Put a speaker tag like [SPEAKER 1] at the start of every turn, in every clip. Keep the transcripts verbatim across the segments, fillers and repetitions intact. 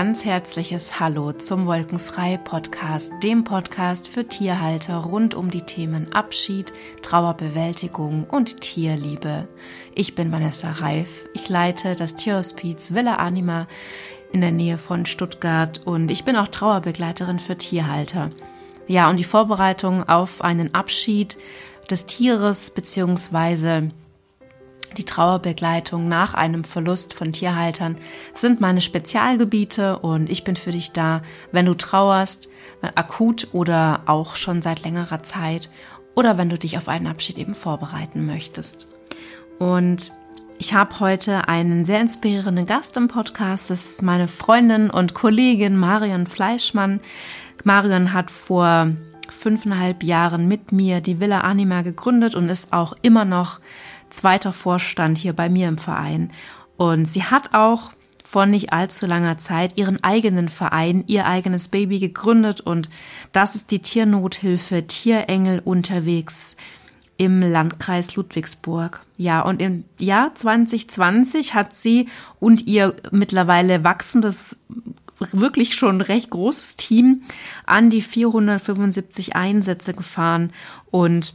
[SPEAKER 1] ganz herzliches Hallo zum Wolkenfrei-Podcast, dem Podcast für Tierhalter rund um die Themen Abschied, Trauerbewältigung und Tierliebe. Ich bin Vanessa Reif, ich leite das Tierhospiz Villa Anima in der Nähe von Stuttgart und ich bin auch Trauerbegleiterin für Tierhalter. Ja, und die Vorbereitung auf einen Abschied des Tieres bzw. die Trauerbegleitung nach einem Verlust von Tierhaltern sind meine Spezialgebiete und ich bin für dich da, wenn du trauerst, akut oder auch schon seit längerer Zeit oder wenn du dich auf einen Abschied eben vorbereiten möchtest. Und ich habe heute einen sehr inspirierenden Gast im Podcast, das ist meine Freundin und Kollegin Marion Fleischmann. Marion hat vor fünfeinhalb Jahren mit mir die Villa Anima gegründet und ist auch immer noch zweiter Vorstand hier bei mir im Verein. Und sie hat auch vor nicht allzu langer Zeit ihren eigenen Verein, ihr eigenes Baby gegründet und das ist die Tiernothilfe Tierengel unterwegs im Landkreis Ludwigsburg. Ja, und im Jahr zwanzig zwanzig hat sie und ihr mittlerweile wachsendes, wirklich schon recht großes Team an die vierhundertfünfundsiebzig Einsätze gefahren und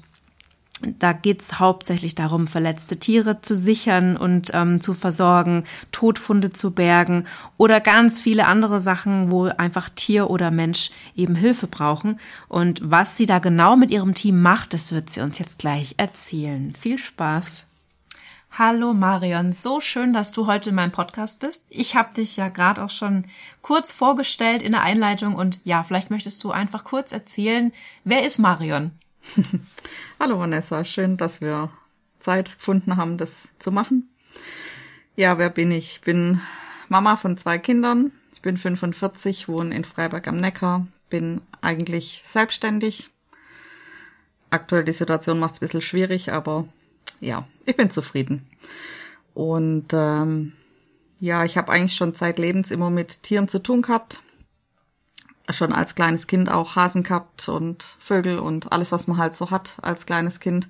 [SPEAKER 1] da geht es hauptsächlich darum, verletzte Tiere zu sichern und ähm, zu versorgen, Totfunde zu bergen oder ganz viele andere Sachen, wo einfach Tier oder Mensch eben Hilfe brauchen. Und was sie da genau mit ihrem Team macht, das wird sie uns jetzt gleich erzählen. Viel Spaß! Hallo Marion, so schön, dass du heute in meinem Podcast bist. Ich habe dich ja gerade auch schon kurz vorgestellt in der Einleitung und ja, vielleicht möchtest du einfach kurz erzählen, wer ist Marion?
[SPEAKER 2] Hallo Vanessa, schön, dass wir Zeit gefunden haben, das zu machen. Ja, wer bin ich? Ich bin Mama von zwei Kindern. Ich bin fünfundvierzig, wohne in Freiberg am Neckar, bin eigentlich selbstständig. Aktuell die Situation macht es ein bisschen schwierig, aber ja, ich bin zufrieden. Und ähm, ja, ich habe eigentlich schon zeitlebens immer mit Tieren zu tun gehabt. Schon als kleines Kind auch Hasen gehabt und Vögel und alles, was man halt so hat als kleines Kind.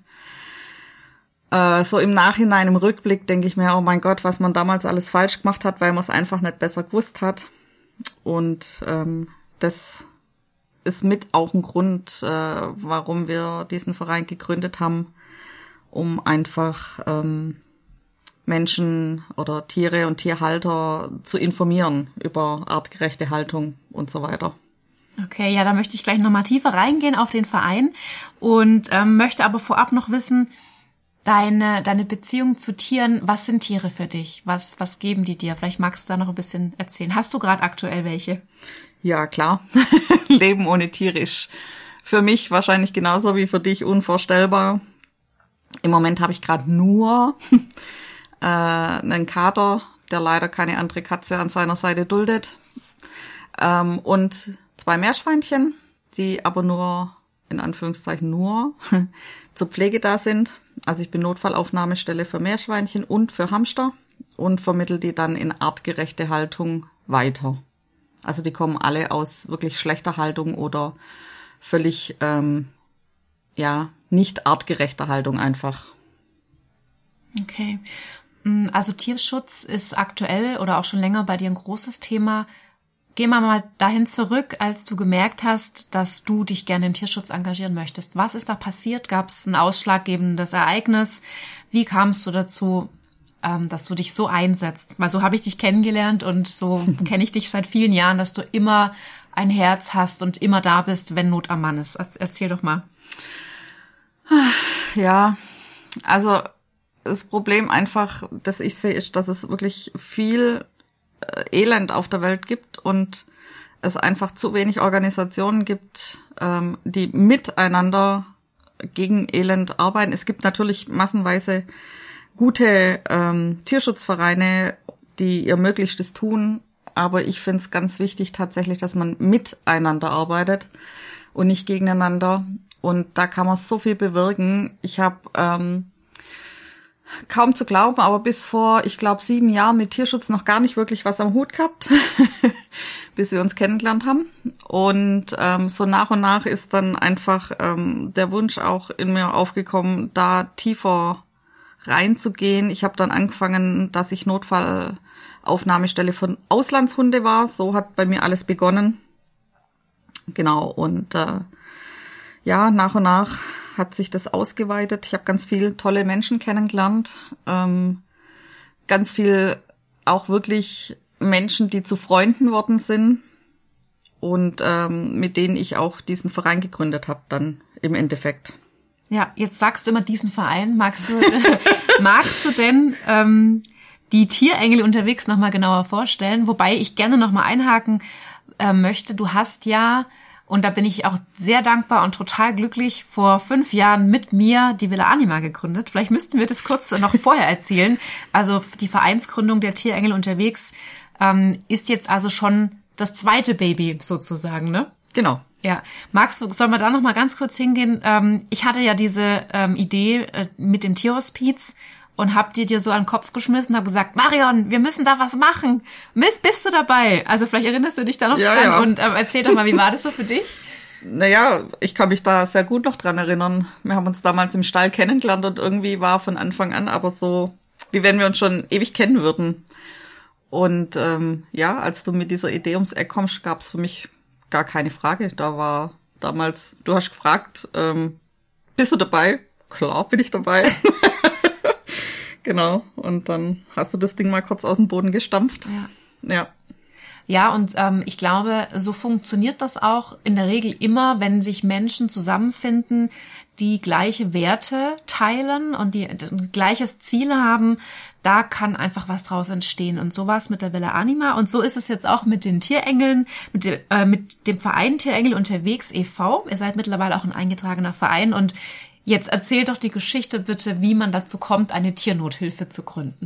[SPEAKER 2] Äh, so im Nachhinein, im Rückblick denke ich mir, oh mein Gott, was man damals alles falsch gemacht hat, weil man es einfach nicht besser gewusst hat. Und ähm, das ist mit auch ein Grund, äh, warum wir diesen Verein gegründet haben, um einfach ähm, Menschen oder Tiere und Tierhalter zu informieren über artgerechte Haltung und so weiter.
[SPEAKER 1] Okay, ja, da möchte ich gleich nochmal tiefer reingehen auf den Verein und ähm, möchte aber vorab noch wissen, deine deine Beziehung zu Tieren, was sind Tiere für dich? Was was geben die dir? Vielleicht magst du da noch ein bisschen erzählen. Hast du gerade aktuell welche?
[SPEAKER 2] Ja, klar. Leben ohne Tiere ist für mich wahrscheinlich genauso wie für dich unvorstellbar. Im Moment habe ich gerade nur äh, einen Kater, der leider keine andere Katze an seiner Seite duldet. Ähm, und zwei Meerschweinchen, die aber nur, in Anführungszeichen nur, zur Pflege da sind. Also ich bin Notfallaufnahmestelle für Meerschweinchen und für Hamster und vermittle die dann in artgerechte Haltung weiter. Also die kommen alle aus wirklich schlechter Haltung oder völlig, ähm, ja, nicht artgerechter Haltung einfach.
[SPEAKER 1] Okay. Also Tierschutz ist aktuell oder auch schon länger bei dir ein großes Thema. Gehen wir mal dahin zurück, als du gemerkt hast, dass du dich gerne im Tierschutz engagieren möchtest. Was ist da passiert? Gab es ein ausschlaggebendes Ereignis? Wie kamst du dazu, ähm, dass du dich so einsetzt? Weil so habe ich dich kennengelernt und so kenne ich dich seit vielen Jahren, dass du immer ein Herz hast und immer da bist, wenn Not am Mann ist. Erzähl doch mal.
[SPEAKER 2] Ja, also das Problem einfach, das ich sehe, ist, dass es wirklich viel Elend auf der Welt gibt und es einfach zu wenig Organisationen gibt, ähm, die miteinander gegen Elend arbeiten. Es gibt natürlich massenweise gute ähm, Tierschutzvereine, die ihr Möglichstes tun, aber ich finde es ganz wichtig tatsächlich, dass man miteinander arbeitet und nicht gegeneinander. Und da kann man so viel bewirken. Ich habe ähm, kaum zu glauben, aber bis vor, ich glaube, sieben Jahren mit Tierschutz noch gar nicht wirklich was am Hut gehabt, bis wir uns kennengelernt haben. Und ähm, so nach und nach ist dann einfach ähm, der Wunsch auch in mir aufgekommen, da tiefer reinzugehen. Ich habe dann angefangen, dass ich Notfall Aufnahmestelle von Auslandshunde war. So hat bei mir alles begonnen. Genau, und äh, ja, nach und nach hat sich das ausgeweitet. Ich habe ganz viele tolle Menschen kennengelernt. Ähm, ganz viel auch wirklich Menschen, die zu Freunden worden sind und ähm, mit denen ich auch diesen Verein gegründet habe dann im Endeffekt.
[SPEAKER 1] Ja, jetzt sagst du immer diesen Verein. Magst du, magst du denn ähm, die Tierengel unterwegs nochmal genauer vorstellen? Wobei ich gerne nochmal einhaken äh, möchte. Du hast ja, und da bin ich auch sehr dankbar und total glücklich, vor fünf Jahren mit mir die Villa Anima gegründet. Vielleicht müssten wir das kurz noch vorher erzählen. Also die Vereinsgründung der Tierengel unterwegs ähm, ist jetzt also schon das zweite Baby sozusagen, ne?
[SPEAKER 2] Genau.
[SPEAKER 1] Ja, magst du, sollen wir da noch mal ganz kurz hingehen? Ähm, ich hatte ja diese ähm, Idee äh, mit dem Tierhospiz und hab dir dir so an den Kopf geschmissen, hab gesagt, Marion, wir müssen da was machen. Bist, bist du dabei? Also vielleicht erinnerst du dich da noch
[SPEAKER 2] ja,
[SPEAKER 1] dran
[SPEAKER 2] ja.
[SPEAKER 1] und ähm, erzähl doch mal, wie war das so für dich?
[SPEAKER 2] Naja, ich kann mich da sehr gut noch dran erinnern. Wir haben uns damals im Stall kennengelernt und irgendwie war von Anfang an aber so, wie wenn wir uns schon ewig kennen würden. Und ähm, ja, als du mit dieser Idee ums Eck kommst, gab's für mich gar keine Frage. Da war damals, du hast gefragt, ähm, bist du dabei? Klar bin ich dabei. Genau. Und dann hast du das Ding mal kurz aus dem Boden gestampft.
[SPEAKER 1] Ja.
[SPEAKER 2] Ja.
[SPEAKER 1] Ja, und ähm, ich glaube, so funktioniert das auch in der Regel immer, wenn sich Menschen zusammenfinden, die gleiche Werte teilen und die ein gleiches Ziel haben. Da kann einfach was draus entstehen. Und so war es mit der Villa Anima. Und so ist es jetzt auch mit den Tierengeln, mit, de, äh, mit dem Verein Tierengel unterwegs e V. Ihr seid mittlerweile auch ein eingetragener Verein. Und jetzt erzähl doch die Geschichte bitte, wie man dazu kommt, eine Tiernothilfe zu gründen.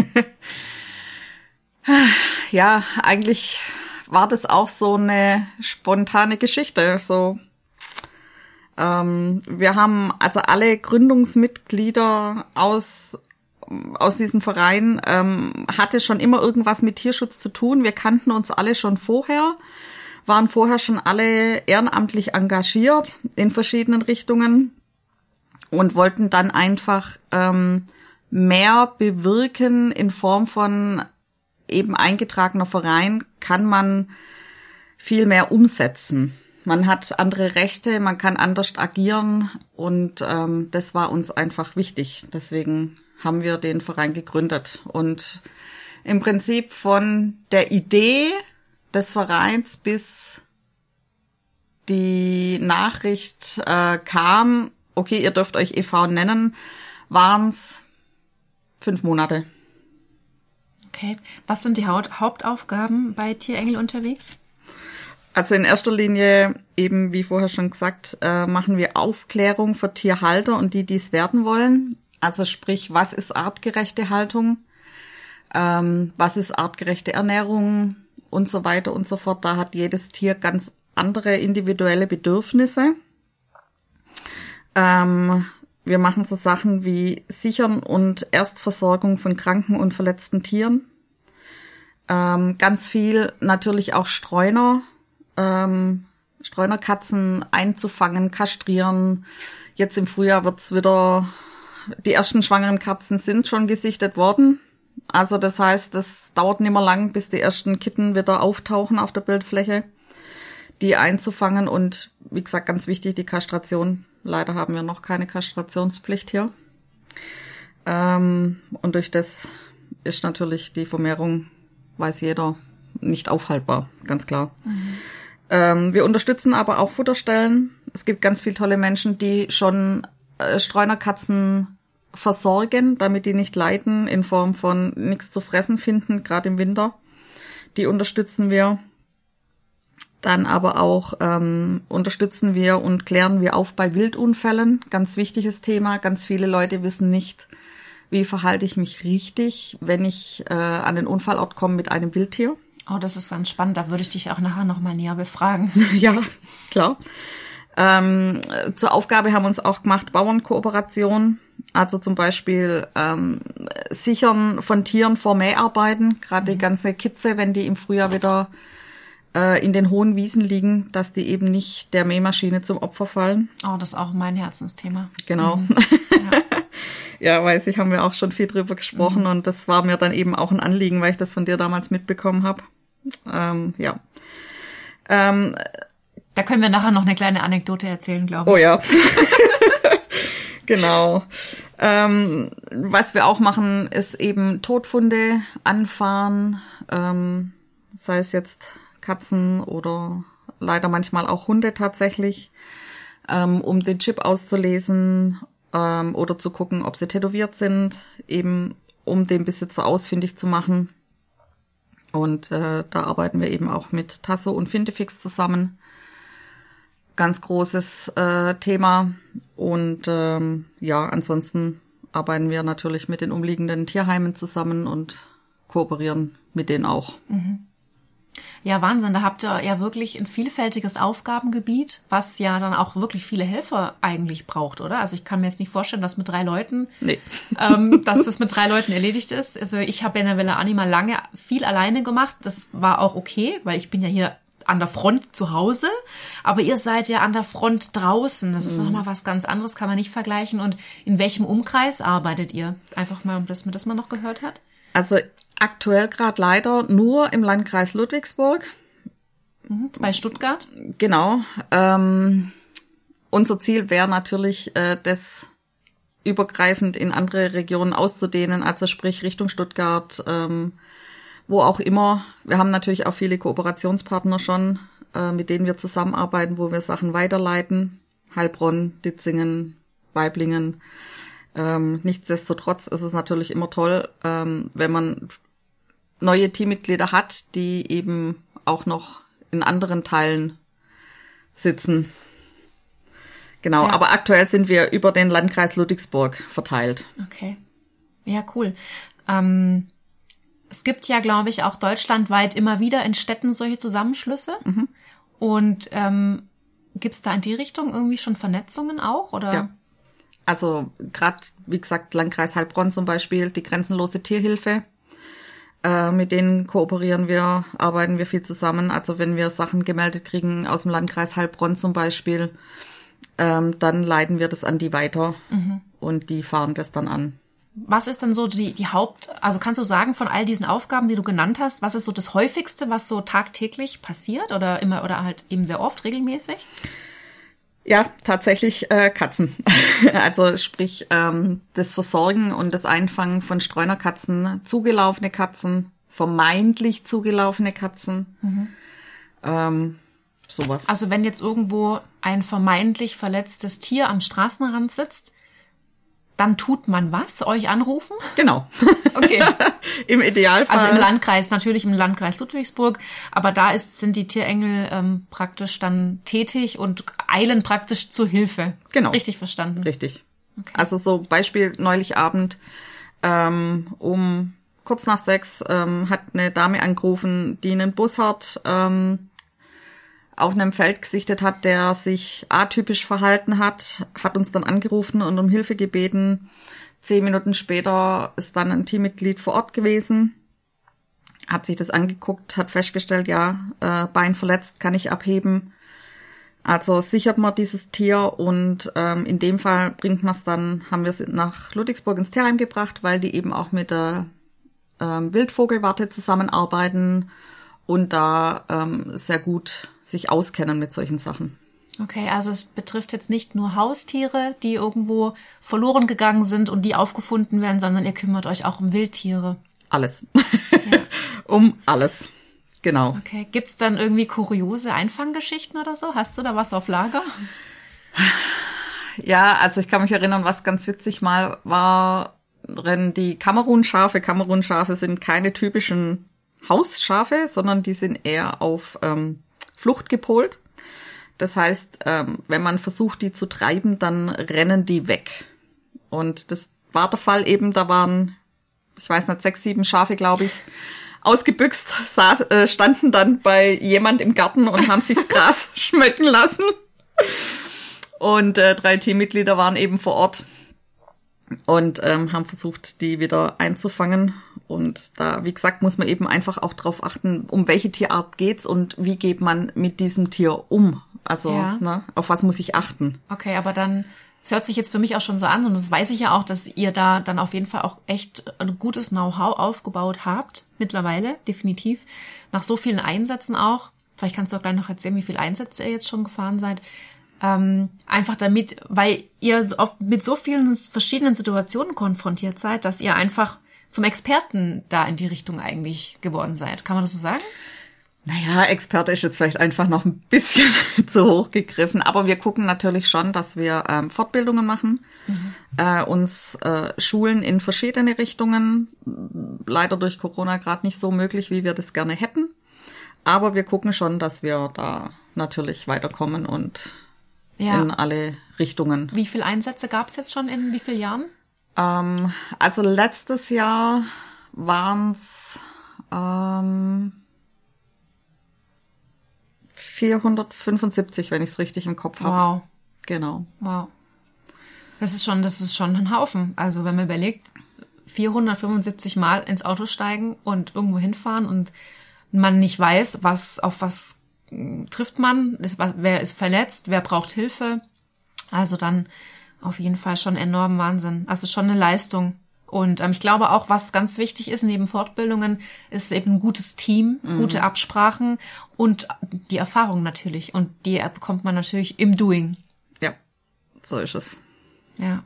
[SPEAKER 2] Ja, eigentlich war das auch so eine spontane Geschichte. So, ähm, wir haben also alle Gründungsmitglieder aus aus diesem Verein ähm, hatte schon immer irgendwas mit Tierschutz zu tun. Wir kannten uns alle schon vorher, waren vorher schon alle ehrenamtlich engagiert in verschiedenen Richtungen und wollten dann einfach ähm, mehr bewirken in Form von eben eingetragener Verein, kann man viel mehr umsetzen. Man hat andere Rechte, man kann anders agieren und ähm, das war uns einfach wichtig. Deswegen haben wir den Verein gegründet. Und im Prinzip von der Idee des Vereins bis die Nachricht äh, kam, okay, ihr dürft euch e V nennen, waren es fünf Monate.
[SPEAKER 1] Okay. Was sind die Haupt- Hauptaufgaben bei Tierengel unterwegs?
[SPEAKER 2] Also in erster Linie, eben wie vorher schon gesagt, äh, machen wir Aufklärung für Tierhalter und die, die es werden wollen. Also sprich, was ist artgerechte Haltung, ähm, was ist artgerechte Ernährung und so weiter und so fort. Da hat jedes Tier ganz andere individuelle Bedürfnisse. Ähm, wir machen so Sachen wie Sichern und Erstversorgung von kranken und verletzten Tieren. Ähm, ganz viel natürlich auch Streuner, ähm, Streunerkatzen einzufangen, kastrieren. Jetzt im Frühjahr wird's wieder, die ersten schwangeren Katzen sind schon gesichtet worden. Also das heißt, das dauert nicht mehr lang, bis die ersten Kitten wieder auftauchen auf der Bildfläche, die einzufangen. Und wie gesagt, ganz wichtig, die Kastration. Leider haben wir noch keine Kastrationspflicht hier. Ähm, und durch das ist natürlich die Vermehrung, weiß jeder, nicht aufhaltbar, ganz klar. Mhm. Ähm, wir unterstützen aber auch Futterstellen. Es gibt ganz viele tolle Menschen, die schon äh, Streunerkatzen versorgen, damit die nicht leiden, in Form von nichts zu fressen finden, gerade im Winter. Die unterstützen wir. Dann aber auch ähm, unterstützen wir und klären wir auf bei Wildunfällen. Ganz wichtiges Thema. Ganz viele Leute wissen nicht, wie verhalte ich mich richtig, wenn ich äh, an den Unfallort komme mit einem Wildtier.
[SPEAKER 1] Oh, das ist ganz spannend. Da würde ich dich auch nachher nochmal näher befragen.
[SPEAKER 2] Ja, klar. Ähm, zur Aufgabe haben wir uns auch gemacht Bauernkooperation. Also zum Beispiel ähm, Sichern von Tieren vor Mäharbeiten. Gerade die ganze Kitze, wenn die im Frühjahr wieder in den hohen Wiesen liegen, dass die eben nicht der Mähmaschine zum Opfer fallen.
[SPEAKER 1] Oh, das ist auch mein Herzensthema.
[SPEAKER 2] Genau.
[SPEAKER 1] Mhm. Ja.
[SPEAKER 2] Ja, weiß ich, haben wir auch schon viel drüber gesprochen mhm. und das war mir dann eben auch ein Anliegen, weil ich das von dir damals mitbekommen habe. Ähm, ja. Ähm,
[SPEAKER 1] da können wir nachher noch eine kleine Anekdote erzählen, glaube ich.
[SPEAKER 2] Oh ja. Genau. Ähm, was wir auch machen, ist eben Totfunde anfahren, ähm, sei es jetzt Katzen oder leider manchmal auch Hunde tatsächlich, ähm, um den Chip auszulesen ähm, oder zu gucken, ob sie tätowiert sind, eben um den Besitzer ausfindig zu machen. Und äh, da arbeiten wir eben auch mit Tasso und Findefix zusammen. Ganz großes äh, Thema. Und ähm, ja, ansonsten arbeiten wir natürlich mit den umliegenden Tierheimen zusammen und kooperieren mit denen auch.
[SPEAKER 1] Mhm. Ja, Wahnsinn. Da habt ihr ja wirklich ein vielfältiges Aufgabengebiet, was ja dann auch wirklich viele Helfer eigentlich braucht, oder? Also ich kann mir jetzt nicht vorstellen, dass mit drei Leuten,
[SPEAKER 2] nee.
[SPEAKER 1] ähm, dass das mit drei Leuten erledigt ist. Also ich habe ja in der Villa Anima lange viel alleine gemacht. Das war auch okay, weil ich bin ja hier an der Front zu Hause, aber ihr seid ja an der Front draußen. Das ist mhm. nochmal was ganz anderes, kann man nicht vergleichen. Und in welchem Umkreis arbeitet ihr? Einfach mal, dass man das mal noch gehört hat.
[SPEAKER 2] Also aktuell gerade leider nur im Landkreis Ludwigsburg.
[SPEAKER 1] Mhm, bei Stuttgart?
[SPEAKER 2] Genau. Ähm, unser Ziel wäre natürlich, äh, das übergreifend in andere Regionen auszudehnen, also sprich Richtung Stuttgart, ähm, wo auch immer. Wir haben natürlich auch viele Kooperationspartner schon, äh, mit denen wir zusammenarbeiten, wo wir Sachen weiterleiten. Heilbronn, Ditzingen, Waiblingen. Ähm, nichtsdestotrotz ist es natürlich immer toll, ähm, wenn man neue Teammitglieder hat, die eben auch noch in anderen Teilen sitzen. Genau, ja. Aber aktuell sind wir über den Landkreis Ludwigsburg verteilt.
[SPEAKER 1] Okay, ja, cool. Ähm Es gibt ja, glaube ich, auch deutschlandweit immer wieder in Städten solche Zusammenschlüsse. Mhm. Und ähm, gibt es da in die Richtung irgendwie schon Vernetzungen auch? Oder?
[SPEAKER 2] Ja, also gerade, wie gesagt, Landkreis Heilbronn zum Beispiel, die grenzenlose Tierhilfe. Äh, mit denen kooperieren wir, arbeiten wir viel zusammen. Also wenn wir Sachen gemeldet kriegen aus dem Landkreis Heilbronn zum Beispiel, ähm, dann leiten wir das an die weiter mhm. und die fahren das dann an.
[SPEAKER 1] Was ist denn so die, die Haupt, also kannst du sagen, von all diesen Aufgaben, die du genannt hast, was ist so das häufigste, was so tagtäglich passiert oder immer oder halt eben sehr oft regelmäßig?
[SPEAKER 2] Ja, tatsächlich äh, Katzen. Also sprich ähm, das Versorgen und das Einfangen von Streunerkatzen, zugelaufene Katzen, vermeintlich zugelaufene Katzen, mhm. ähm, sowas.
[SPEAKER 1] Also wenn jetzt irgendwo ein vermeintlich verletztes Tier am Straßenrand sitzt, dann tut man was? Euch anrufen?
[SPEAKER 2] Genau.
[SPEAKER 1] Okay.
[SPEAKER 2] Im Idealfall.
[SPEAKER 1] Also im Landkreis, natürlich im Landkreis Ludwigsburg. Aber da ist, sind die Tierengel ähm, praktisch dann tätig und eilen praktisch zur Hilfe.
[SPEAKER 2] Genau.
[SPEAKER 1] Richtig verstanden?
[SPEAKER 2] Richtig.
[SPEAKER 1] Okay.
[SPEAKER 2] Also so Beispiel neulich Abend ähm, um kurz nach sechs ähm, hat eine Dame angerufen, die einen Bussard ähm, auf einem Feld gesichtet hat, der sich atypisch verhalten hat, hat uns dann angerufen und um Hilfe gebeten. Zehn Minuten später ist dann ein Teammitglied vor Ort gewesen, hat sich das angeguckt, hat festgestellt, ja, äh, Bein verletzt, kann ich abheben. Also sichert man dieses Tier und ähm, in dem Fall bringt man es dann, haben wir es nach Ludwigsburg ins Tierheim gebracht, weil die eben auch mit der ähm, Wildvogelwarte zusammenarbeiten und da ähm, sehr gut sich auskennen mit solchen Sachen.
[SPEAKER 1] Okay, also es betrifft jetzt nicht nur Haustiere, die irgendwo verloren gegangen sind und die aufgefunden werden, sondern ihr kümmert euch auch um Wildtiere.
[SPEAKER 2] Alles. Ja. Um alles. Genau.
[SPEAKER 1] Okay, gibt's dann irgendwie kuriose Einfanggeschichten oder so? Hast du da was auf Lager?
[SPEAKER 2] Ja, also ich kann mich erinnern, was ganz witzig mal war, die Kamerunschafe. Kamerunschafe sind keine typischen Hausschafe, sondern die sind eher auf ähm, Flucht gepolt. Das heißt, ähm, wenn man versucht, die zu treiben, dann rennen die weg. Und das war der Fall eben, da waren, ich weiß nicht, sechs, sieben Schafe, glaube ich, ausgebüxt, saß, äh, standen dann bei jemand im Garten und haben sich das Gras schmecken lassen. Und äh, drei Teammitglieder waren eben vor Ort und ähm, haben versucht, die wieder einzufangen. Und da, wie gesagt, muss man eben einfach auch drauf achten, um welche Tierart geht's und wie geht man mit diesem Tier um. Also,
[SPEAKER 1] ja.
[SPEAKER 2] ne, auf was muss ich achten?
[SPEAKER 1] Okay, aber dann, es hört sich jetzt für mich auch schon so an und das weiß ich ja auch, dass ihr da dann auf jeden Fall auch echt ein gutes Know-how aufgebaut habt, mittlerweile, definitiv. Nach so vielen Einsätzen auch. Vielleicht kannst du auch gleich noch erzählen, wie viele Einsätze ihr jetzt schon gefahren seid. Ähm, einfach damit, weil ihr so oft mit so vielen verschiedenen Situationen konfrontiert seid, dass ihr einfach zum Experten da in die Richtung eigentlich geworden seid. Kann man das so sagen?
[SPEAKER 2] Naja, Experte ist jetzt vielleicht einfach noch ein bisschen zu hoch gegriffen, aber wir gucken natürlich schon, dass wir ähm, Fortbildungen machen, mhm. äh, uns äh, schulen in verschiedene Richtungen, leider durch Corona gerade nicht so möglich, wie wir das gerne hätten, aber wir gucken schon, dass wir da natürlich weiterkommen und ja. in alle Richtungen.
[SPEAKER 1] Wie viele Einsätze gab es jetzt schon in wie vielen Jahren?
[SPEAKER 2] Ähm, also letztes Jahr waren es ähm, vierhundertfünfundsiebzig, wenn ich es richtig im Kopf habe.
[SPEAKER 1] Wow.
[SPEAKER 2] Genau.
[SPEAKER 1] Wow. Das ist schon, das ist schon ein Haufen. Also wenn man überlegt, vierhundertfünfundsiebzig Mal ins Auto steigen und irgendwo hinfahren und man nicht weiß, was auf was äh, trifft man, ist, wer ist verletzt, wer braucht Hilfe. Also dann auf jeden Fall schon enorm Wahnsinn. Also schon eine Leistung. Und ähm, ich glaube auch, was ganz wichtig ist neben Fortbildungen, ist eben ein gutes Team, mhm. gute Absprachen und die Erfahrung natürlich. Und die bekommt man natürlich im Doing.
[SPEAKER 2] Ja, so ist es.
[SPEAKER 1] Ja.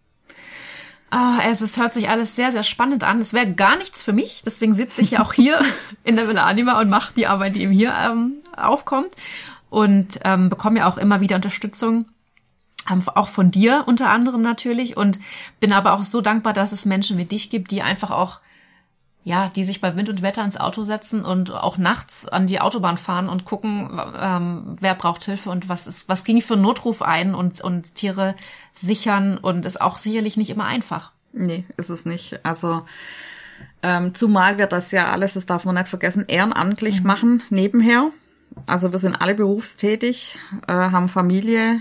[SPEAKER 1] Oh, also es hört sich alles sehr, sehr spannend an. Es wäre gar nichts für mich. Deswegen sitze ich ja auch hier in der Villa Anima und mache die Arbeit, die eben hier ähm, aufkommt. Und ähm, bekomme ja auch immer wieder Unterstützung. Auch von dir unter anderem natürlich und bin aber auch so dankbar, dass es Menschen wie dich gibt, die einfach auch, ja, die sich bei Wind und Wetter ins Auto setzen und auch nachts an die Autobahn fahren und gucken, ähm, wer braucht Hilfe und was ist, was ging für einen Notruf ein und, und Tiere sichern und ist auch sicherlich nicht immer einfach.
[SPEAKER 2] Nee, ist es nicht. Also, ähm, zumal wir das ja alles, das darf man nicht vergessen, ehrenamtlich mhm. machen, nebenher. Also wir sind alle berufstätig, äh, haben Familie,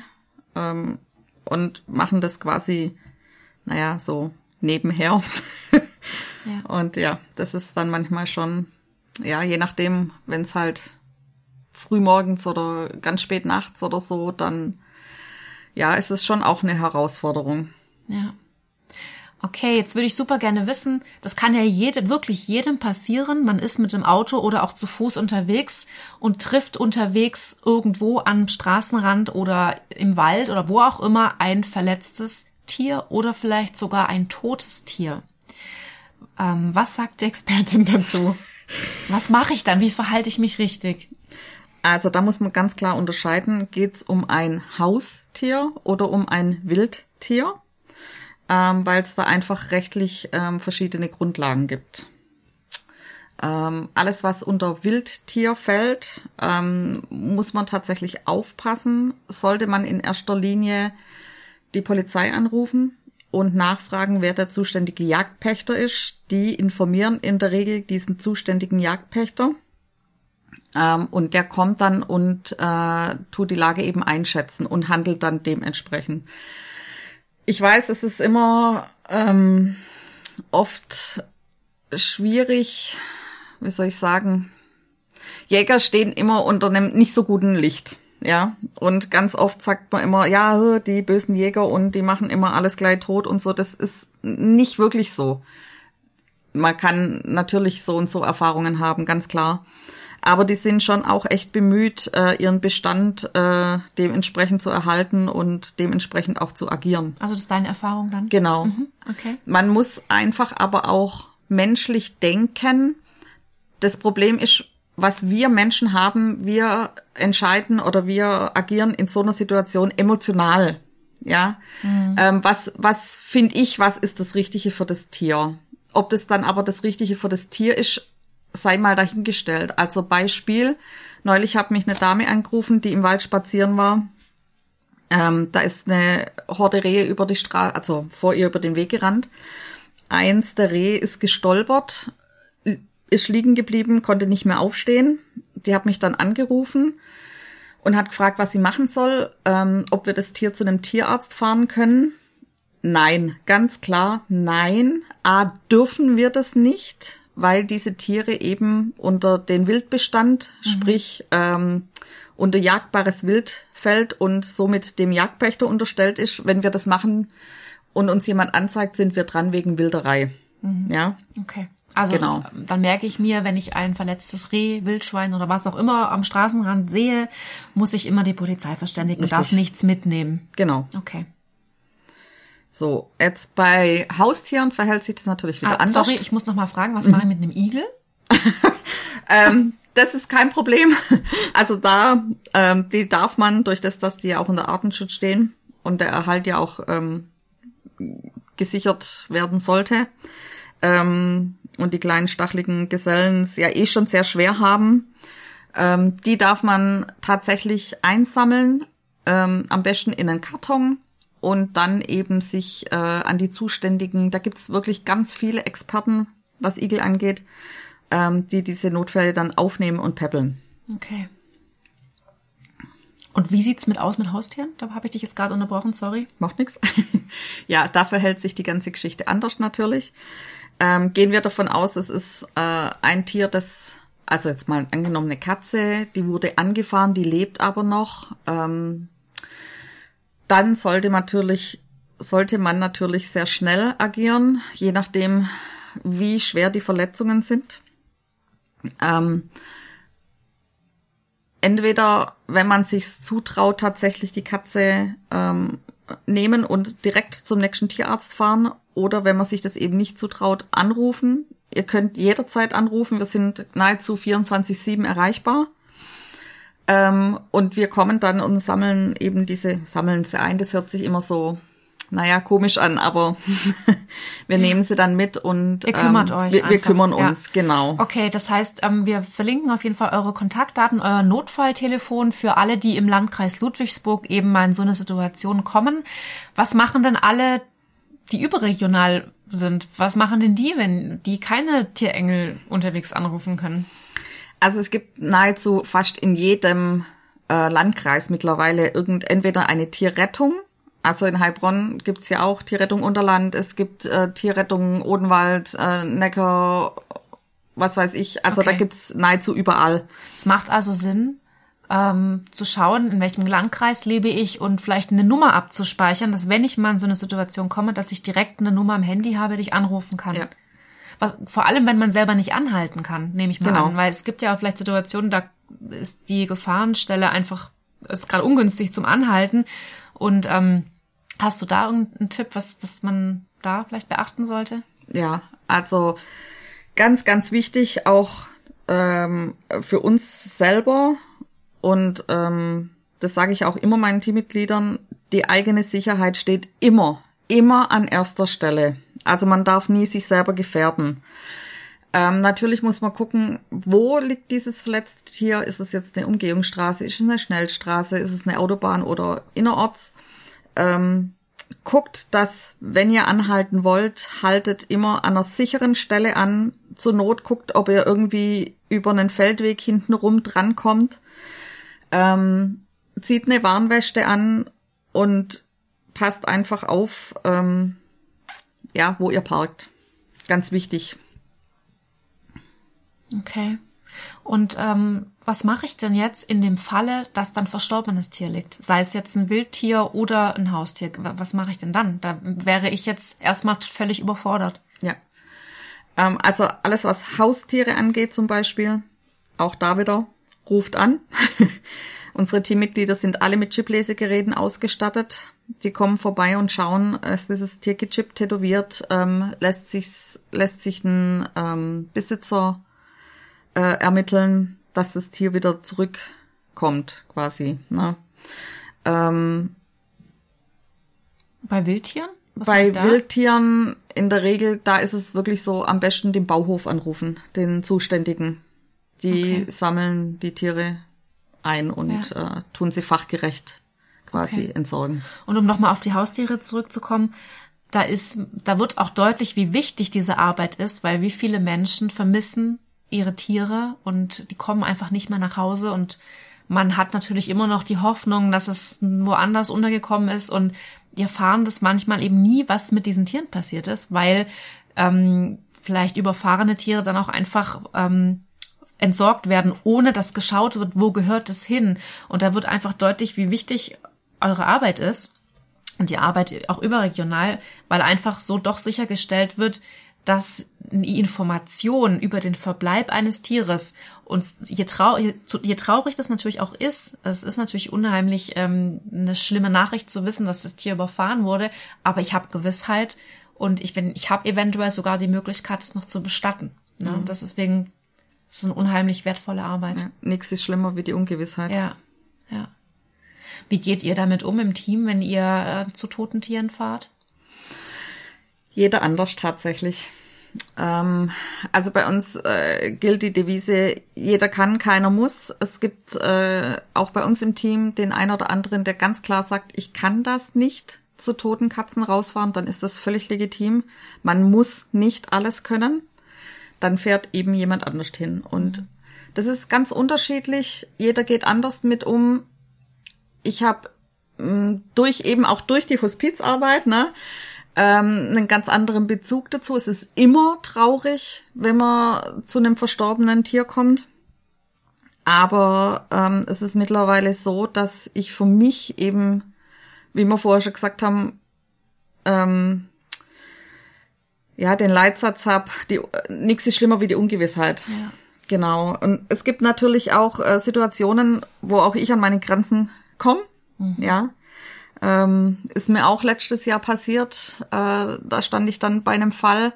[SPEAKER 2] und machen das quasi, naja, so nebenher. Ja. Und ja, das ist dann manchmal schon, ja, je nachdem, wenn es halt frühmorgens oder ganz spät nachts oder so, dann, ja, ist es schon auch eine Herausforderung.
[SPEAKER 1] Ja. Okay, jetzt würde ich super gerne wissen, das kann ja jede, wirklich jedem passieren. Man ist mit dem Auto oder auch zu Fuß unterwegs und trifft unterwegs irgendwo am Straßenrand oder im Wald oder wo auch immer ein verletztes Tier oder vielleicht sogar ein totes Tier. Ähm, was sagt die Expertin dazu? Was mache ich dann? Wie verhalte ich mich richtig?
[SPEAKER 2] Also da muss man ganz klar unterscheiden, geht es um ein Haustier oder um ein Wildtier? Ähm, weil es da einfach rechtlich ähm, verschiedene Grundlagen gibt. Ähm, alles, was unter Wildtier fällt, ähm, muss man tatsächlich aufpassen. Sollte man in erster Linie die Polizei anrufen und nachfragen, wer der zuständige Jagdpächter ist. Die informieren in der Regel diesen zuständigen Jagdpächter. Ähm, und der kommt dann und äh, tut die Lage eben einschätzen und handelt dann dementsprechend. Ich weiß, es ist immer ähm, oft schwierig, wie soll ich sagen, Jäger stehen immer unter einem nicht so guten Licht, ja, und ganz oft sagt man immer, ja, die bösen Jäger und die machen immer alles gleich tot und so, das ist nicht wirklich so. Man kann natürlich so und so Erfahrungen haben, ganz klar. Aber die sind schon auch echt bemüht, äh, ihren Bestand äh, dementsprechend zu erhalten und dementsprechend auch zu agieren.
[SPEAKER 1] Also das ist deine Erfahrung dann?
[SPEAKER 2] Genau.
[SPEAKER 1] Mhm, okay.
[SPEAKER 2] Man muss einfach aber auch menschlich denken. Das Problem ist, was wir Menschen haben, wir entscheiden oder wir agieren in so einer Situation emotional. Ja, mhm. ähm, was was finde ich, was ist das Richtige für das Tier? Ob das dann aber das Richtige für das Tier ist, sei mal dahingestellt. Also Beispiel, neulich hat mich eine Dame angerufen, die im Wald spazieren war. Ähm, da ist eine Horde Rehe über die Straße, also vor ihr über den Weg gerannt. Eins der Rehe ist gestolpert, ist liegen geblieben, konnte nicht mehr aufstehen. Die hat mich dann angerufen und hat gefragt, was sie machen soll, ähm, ob wir das Tier zu einem Tierarzt fahren können. Nein, ganz klar, nein. A, dürfen wir das nicht. weil diese Tiere eben unter den Wildbestand, mhm. sprich ähm, unter jagdbares Wild fällt und somit dem Jagdpächter unterstellt ist. Wenn wir das machen und uns jemand anzeigt, sind wir dran wegen Wilderei. Mhm. Ja.
[SPEAKER 1] Okay. Also
[SPEAKER 2] genau.
[SPEAKER 1] Dann merke ich mir, wenn ich ein verletztes Reh, Wildschwein oder was auch immer am Straßenrand sehe, muss ich immer die Polizei verständigen, Richtig. Darf nichts mitnehmen.
[SPEAKER 2] Genau.
[SPEAKER 1] Okay.
[SPEAKER 2] So, jetzt bei Haustieren verhält sich das natürlich wieder
[SPEAKER 1] ah,
[SPEAKER 2] anders.
[SPEAKER 1] Sorry, ich muss noch mal fragen, was mhm. mache ich mit einem Igel?
[SPEAKER 2] ähm, das ist kein Problem. Also da, ähm, die darf man, durch das, dass die auch unter Artenschutz stehen und der Erhalt ja auch ähm, gesichert werden sollte, ähm, und die kleinen stacheligen Gesellen es ja eh schon sehr schwer haben, ähm, die darf man tatsächlich einsammeln, ähm, am besten in einen Karton und dann eben sich äh, an die Zuständigen, da gibt's wirklich ganz viele Experten, was Igel angeht, ähm, die diese Notfälle dann aufnehmen und päppeln.
[SPEAKER 1] Okay. Und wie sieht's mit aus mit Haustieren? Da habe ich dich jetzt gerade unterbrochen, sorry.
[SPEAKER 2] Macht nix. Ja, da verhält sich die ganze Geschichte anders natürlich. Ähm, gehen wir davon aus, es ist äh, ein Tier, das, also jetzt mal angenommen eine Katze, die wurde angefahren, die lebt aber noch. Ähm, dann sollte man natürlich, sollte man natürlich sehr schnell agieren, je nachdem, wie schwer die Verletzungen sind. Ähm, entweder, wenn man sich's zutraut, tatsächlich die Katze ähm, nehmen und direkt zum nächsten Tierarzt fahren, oder wenn man sich das eben nicht zutraut, anrufen. Ihr könnt jederzeit anrufen, wir sind nahezu vierundzwanzig sieben erreichbar. Ähm, und wir kommen dann und sammeln eben diese, sammeln sie ein, das hört sich immer so, naja, komisch an, aber wir ja. nehmen sie dann mit und
[SPEAKER 1] Ihr kümmert
[SPEAKER 2] ähm,
[SPEAKER 1] euch
[SPEAKER 2] wir, wir kümmern uns, ja. genau.
[SPEAKER 1] Okay, das heißt, ähm, wir verlinken auf jeden Fall eure Kontaktdaten, euer Notfalltelefon für alle, die im Landkreis Ludwigsburg eben mal in so eine Situation kommen. Was machen denn alle, die überregional sind? Was machen denn die, wenn die keine Tierengel unterwegs anrufen können?
[SPEAKER 2] Also es gibt nahezu fast in jedem äh, Landkreis mittlerweile irgend entweder eine Tierrettung. Also in Heilbronn gibt's ja auch Tierrettung Unterland, es gibt äh, Tierrettung Odenwald, äh, Neckar, was weiß ich. Also okay. Da gibt's nahezu überall.
[SPEAKER 1] Es macht also Sinn, ähm, zu schauen, in welchem Landkreis lebe ich und vielleicht eine Nummer abzuspeichern, dass wenn ich mal in so eine Situation komme, dass ich direkt eine Nummer am Handy habe, die ich anrufen kann. Ja. Was, vor allem, wenn man selber nicht anhalten kann, nehme ich mal genau. an. Weil es gibt ja auch vielleicht Situationen, da ist die Gefahrenstelle einfach, ist gerade ungünstig zum Anhalten. Und ähm, hast du da irgendeinen Tipp, was, was man da vielleicht beachten sollte?
[SPEAKER 2] Ja, also ganz, ganz wichtig auch ähm, für uns selber, und ähm, das sage ich auch immer meinen Teammitgliedern, die eigene Sicherheit steht immer, immer an erster Stelle. Also man darf nie sich selber gefährden. Ähm, natürlich muss man gucken, wo liegt dieses verletzte Tier? Ist es jetzt eine Umgehungsstraße? Ist es eine Schnellstraße? Ist es eine Autobahn oder innerorts? Ähm, guckt, dass, wenn ihr anhalten wollt, haltet immer an einer sicheren Stelle an. Zur Not guckt, ob ihr irgendwie über einen Feldweg hintenrum drankommt. Ähm, zieht eine Warnweste an und passt einfach auf, ähm, ja, wo ihr parkt. Ganz wichtig.
[SPEAKER 1] Okay. Und ähm, was mache ich denn jetzt in dem Falle, dass dann verstorbenes Tier liegt? Sei es jetzt ein Wildtier oder ein Haustier. Was mache ich denn dann? Da wäre ich jetzt erstmal völlig überfordert.
[SPEAKER 2] Ja. Ähm, also alles, was Haustiere angeht zum Beispiel, auch da wieder, ruft an. Unsere Teammitglieder sind alle mit Chiplesegeräten ausgestattet. Die kommen vorbei und schauen, ist dieses Tier gechippt, tätowiert, ähm, lässt sich lässt sich ein ähm, Besitzer äh, ermitteln, dass das Tier wieder zurückkommt, quasi. Ne? Ähm,
[SPEAKER 1] bei Wildtieren? Was
[SPEAKER 2] bei Wildtieren in der Regel, da ist es wirklich so, am besten den Bauhof anrufen, den Zuständigen. Die okay. sammeln die Tiere ein und ja. äh, tun sie fachgerecht quasi okay. entsorgen.
[SPEAKER 1] Und um nochmal auf die Haustiere zurückzukommen, da ist, da wird auch deutlich, wie wichtig diese Arbeit ist, weil wie viele Menschen vermissen ihre Tiere und die kommen einfach nicht mehr nach Hause und man hat natürlich immer noch die Hoffnung, dass es woanders untergekommen ist und wir erfahren das manchmal eben nie, was mit diesen Tieren passiert ist, weil ähm, vielleicht überfahrene Tiere dann auch einfach ähm, entsorgt werden, ohne dass geschaut wird, wo gehört es hin. Und da wird einfach deutlich, wie wichtig eure Arbeit ist und die Arbeit auch überregional, weil einfach so doch sichergestellt wird, dass die Information über den Verbleib eines Tieres und je, trau je, je traurig das natürlich auch ist, es ist natürlich unheimlich ähm, eine schlimme Nachricht zu wissen, dass das Tier überfahren wurde, aber ich habe Gewissheit und ich bin, ich habe eventuell sogar die Möglichkeit, es noch zu bestatten. Ne? Mhm. Das ist deswegen, das ist eine unheimlich wertvolle Arbeit.
[SPEAKER 2] Ja, nichts ist schlimmer wie die Ungewissheit.
[SPEAKER 1] Ja, ja. Wie geht ihr damit um im Team, wenn ihr äh, zu toten Tieren fahrt?
[SPEAKER 2] Jeder anders tatsächlich. Ähm, also bei uns äh, gilt die Devise, jeder kann, keiner muss. Es gibt äh, auch bei uns im Team den einen oder anderen, der ganz klar sagt, ich kann das nicht zu toten Katzen rausfahren, dann ist das völlig legitim. Man muss nicht alles können. Dann fährt eben jemand anders hin. Und mhm. das ist ganz unterschiedlich. Jeder geht anders mit um. Ich habe durch eben auch durch die Hospizarbeit, ne, ähm, einen ganz anderen Bezug dazu. Es ist immer traurig, wenn man zu einem verstorbenen Tier kommt. Aber ähm, es ist mittlerweile so, dass ich für mich eben, wie wir vorher schon gesagt haben, ähm, ja, den Leitsatz habe, die nichts ist schlimmer wie die Ungewissheit.
[SPEAKER 1] Ja.
[SPEAKER 2] Genau. Und es gibt natürlich auch äh, Situationen, wo auch ich an meine Grenzen komme. Mhm. Ja. Ähm, ist mir auch letztes Jahr passiert. Äh, da stand ich dann bei einem Fall,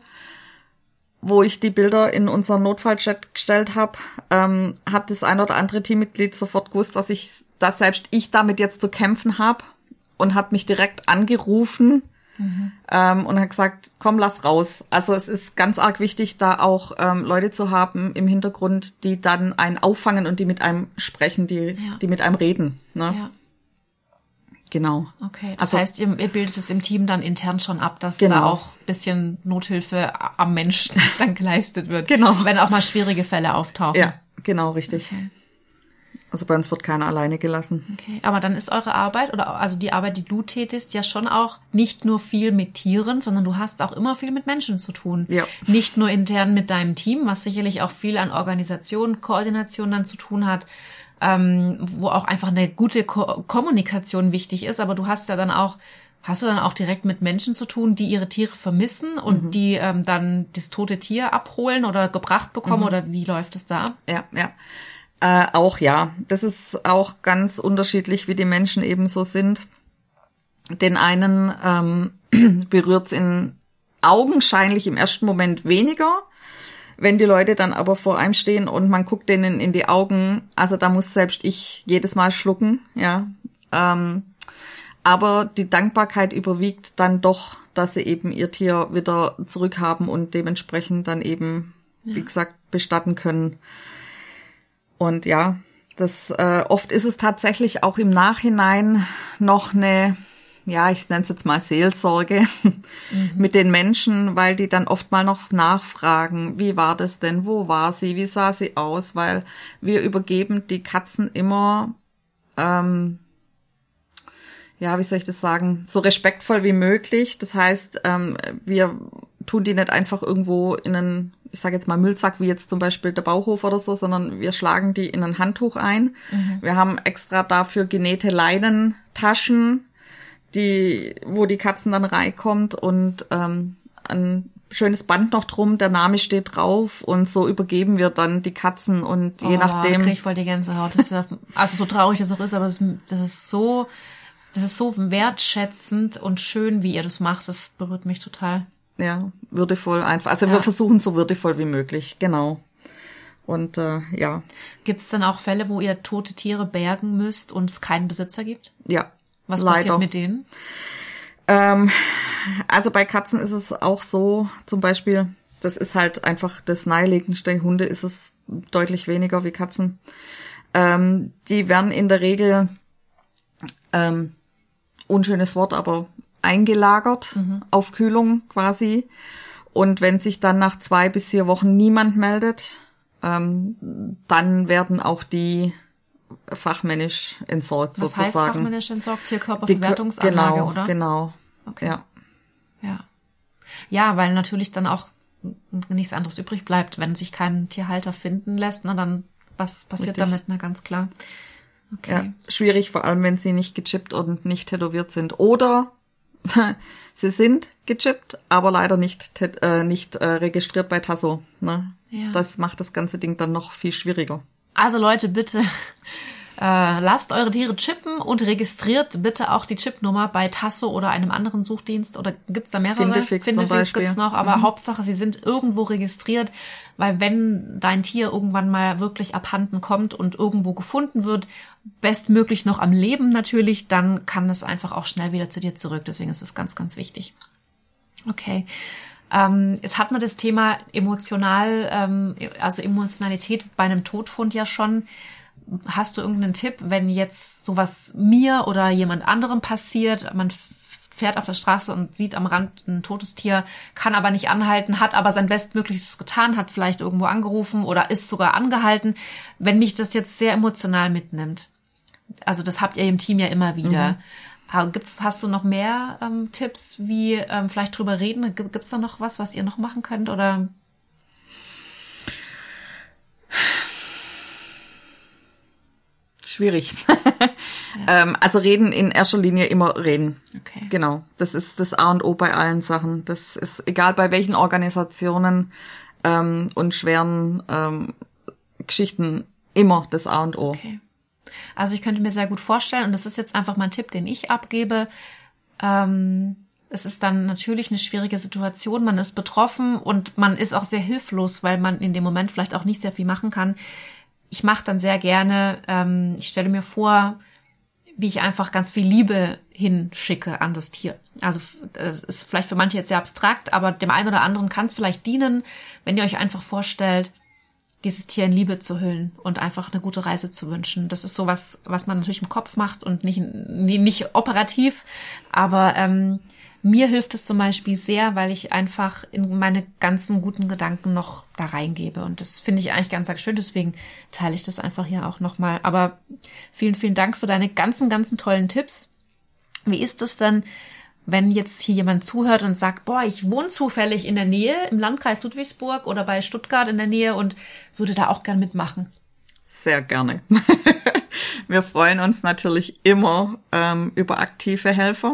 [SPEAKER 2] wo ich die Bilder in unseren Notfallchat gestellt habe, ähm, hat das ein oder andere Teammitglied sofort gewusst, dass ich, dass selbst ich damit jetzt zu kämpfen habe und hat mich direkt angerufen mhm. ähm, und hat gesagt, komm, lass raus. Also es ist ganz arg wichtig, da auch ähm, Leute zu haben im Hintergrund, die dann einen auffangen und die mit einem sprechen, die,
[SPEAKER 1] ja.
[SPEAKER 2] die mit einem reden. Ne?
[SPEAKER 1] Ja.
[SPEAKER 2] Genau.
[SPEAKER 1] Okay, das
[SPEAKER 2] also,
[SPEAKER 1] heißt, ihr, ihr bildet es im Team dann intern schon ab, dass
[SPEAKER 2] genau.
[SPEAKER 1] da auch ein bisschen Nothilfe am Menschen dann geleistet wird.
[SPEAKER 2] Genau.
[SPEAKER 1] Wenn auch mal schwierige Fälle auftauchen.
[SPEAKER 2] Ja, genau, richtig.
[SPEAKER 1] Okay.
[SPEAKER 2] Also bei uns wird keiner alleine gelassen.
[SPEAKER 1] Okay, aber dann ist eure Arbeit oder also die Arbeit, die du tätigst, ja schon auch nicht nur viel mit Tieren, sondern du hast auch immer viel mit Menschen zu tun.
[SPEAKER 2] Ja.
[SPEAKER 1] Nicht nur intern mit deinem Team, was sicherlich auch viel an Organisation, Koordination dann zu tun hat, ähm, wo auch einfach eine gute Ko- Kommunikation wichtig ist, aber du hast ja dann auch, hast du dann auch direkt mit Menschen zu tun, die ihre Tiere vermissen und mhm. die ähm, dann das tote Tier abholen oder gebracht bekommen mhm. oder wie läuft es da ab?
[SPEAKER 2] Ja, ja. Äh, auch ja. Das ist auch ganz unterschiedlich, wie die Menschen eben so sind. Den einen ähm, berührt's in augenscheinlich im ersten Moment weniger. Wenn die Leute dann aber vor einem stehen und man guckt denen in die Augen, also da muss selbst ich jedes Mal schlucken, ja. Ähm, aber die Dankbarkeit überwiegt dann doch, dass sie eben ihr Tier wieder zurückhaben und dementsprechend dann eben, ja. wie gesagt, bestatten können. Und ja, das äh, oft ist es tatsächlich auch im Nachhinein noch eine, ja, ich nenne es jetzt mal Seelsorge mhm. mit den Menschen, weil die dann oft mal noch nachfragen, wie war das denn, wo war sie, wie sah sie aus, weil wir übergeben die Katzen immer, ähm, ja, wie soll ich das sagen, so respektvoll wie möglich. Das heißt, ähm, wir tun die nicht einfach irgendwo in einen, ich sage jetzt mal Müllsack, wie jetzt zum Beispiel der Bauhof oder so, sondern wir schlagen die in ein Handtuch ein. Mhm. Wir haben extra dafür genähte Leinentaschen, die, wo die Katzen dann reinkommt und ähm, ein schönes Band noch drum, der Name steht drauf und so übergeben wir dann die Katzen und je
[SPEAKER 1] oh,
[SPEAKER 2] nachdem.
[SPEAKER 1] Krieg ich voll die Gänsehaut. Das ist ja, also so traurig das auch ist, aber das, das ist so, das ist so wertschätzend und schön, wie ihr das macht. Das berührt mich total.
[SPEAKER 2] Ja, würdevoll einfach. Also
[SPEAKER 1] ja.
[SPEAKER 2] wir versuchen so würdevoll wie möglich, genau. Und äh, ja.
[SPEAKER 1] Gibt es dann auch Fälle, wo ihr tote Tiere bergen müsst und es keinen Besitzer gibt?
[SPEAKER 2] Ja.
[SPEAKER 1] Was
[SPEAKER 2] leider.
[SPEAKER 1] passiert mit denen?
[SPEAKER 2] Ähm, also bei Katzen ist es auch so, zum Beispiel, das ist halt einfach das naheliegendste. Hunde ist es deutlich weniger wie Katzen. Ähm, die werden in der Regel, ähm, unschönes Wort, aber eingelagert, mhm. auf Kühlung quasi. Und wenn sich dann nach zwei bis vier Wochen niemand meldet, ähm, dann werden auch die fachmännisch entsorgt.
[SPEAKER 1] Was
[SPEAKER 2] sozusagen.
[SPEAKER 1] Was heißt fachmännisch entsorgt? Tierkörperverwertungsanlage,
[SPEAKER 2] genau,
[SPEAKER 1] oder?
[SPEAKER 2] Genau,
[SPEAKER 1] okay.
[SPEAKER 2] ja.
[SPEAKER 1] Ja. Ja, weil natürlich dann auch nichts anderes übrig bleibt, wenn sich kein Tierhalter finden lässt, ne, dann was passiert Richtig. damit, ne, ganz klar. Okay.
[SPEAKER 2] Ja, schwierig, vor allem wenn sie nicht gechippt und nicht tätowiert sind. Oder sie sind gechippt, aber leider nicht äh, nicht äh, registriert bei Tasso. Ne? Ja. Das macht das ganze Ding dann noch viel schwieriger.
[SPEAKER 1] Also Leute, bitte äh, lasst eure Tiere chippen und registriert bitte auch die Chipnummer bei Tasso oder einem anderen Suchdienst. Oder gibt's da mehrere?
[SPEAKER 2] Findefix,
[SPEAKER 1] Findefix gibt's noch, aber mhm. Hauptsache, sie sind irgendwo registriert, weil wenn dein Tier irgendwann mal wirklich abhanden kommt und irgendwo gefunden wird, bestmöglich noch am Leben natürlich, dann kann es einfach auch schnell wieder zu dir zurück. Deswegen ist es ganz, ganz wichtig. Okay. Ähm, jetzt hat man das Thema emotional, ähm, also Emotionalität bei einem Todfund ja schon. Hast du irgendeinen Tipp, wenn jetzt sowas mir oder jemand anderem passiert, man fährt auf der Straße und sieht am Rand ein totes Tier, kann aber nicht anhalten, hat aber sein Bestmöglichstes getan, hat vielleicht irgendwo angerufen oder ist sogar angehalten, wenn mich das jetzt sehr emotional mitnimmt. Also das habt ihr im Team ja immer wieder. Mhm. Gibt's, hast du noch mehr ähm, Tipps, wie ähm, vielleicht drüber reden? Gibt's da noch was, was ihr noch machen könnt? Oder?
[SPEAKER 2] Schwierig. Ja. ähm, also reden in erster Linie immer reden.
[SPEAKER 1] Okay.
[SPEAKER 2] Genau. Das ist das A und O bei allen Sachen. Das ist egal bei welchen Organisationen ähm, und schweren ähm, Geschichten immer das A und O.
[SPEAKER 1] Okay. Also ich könnte mir sehr gut vorstellen, und das ist jetzt einfach mal ein Tipp, den ich abgebe, ähm, es ist dann natürlich eine schwierige Situation, man ist betroffen und man ist auch sehr hilflos, weil man in dem Moment vielleicht auch nicht sehr viel machen kann. Ich mache dann sehr gerne, ähm, ich stelle mir vor, wie ich einfach ganz viel Liebe hinschicke an das Tier. Also das ist vielleicht für manche jetzt sehr abstrakt, aber dem einen oder anderen kann es vielleicht dienen, wenn ihr euch einfach vorstellt, dieses Tier in Liebe zu hüllen und einfach eine gute Reise zu wünschen. Das ist sowas, was man natürlich im Kopf macht und nicht, nicht operativ, aber ähm, mir hilft es zum Beispiel sehr, weil ich einfach in meine ganzen guten Gedanken noch da reingebe. Und das finde ich eigentlich ganz, ganz schön. Deswegen teile ich das einfach hier auch nochmal. Aber vielen, vielen Dank für deine ganzen, ganzen tollen Tipps. Wie ist es denn, wenn jetzt hier jemand zuhört und sagt, boah, ich wohne zufällig in der Nähe im Landkreis Ludwigsburg oder bei Stuttgart in der Nähe und würde da auch gern mitmachen?
[SPEAKER 2] Sehr gerne. Wir freuen uns natürlich immer ähm, über aktive Helfer.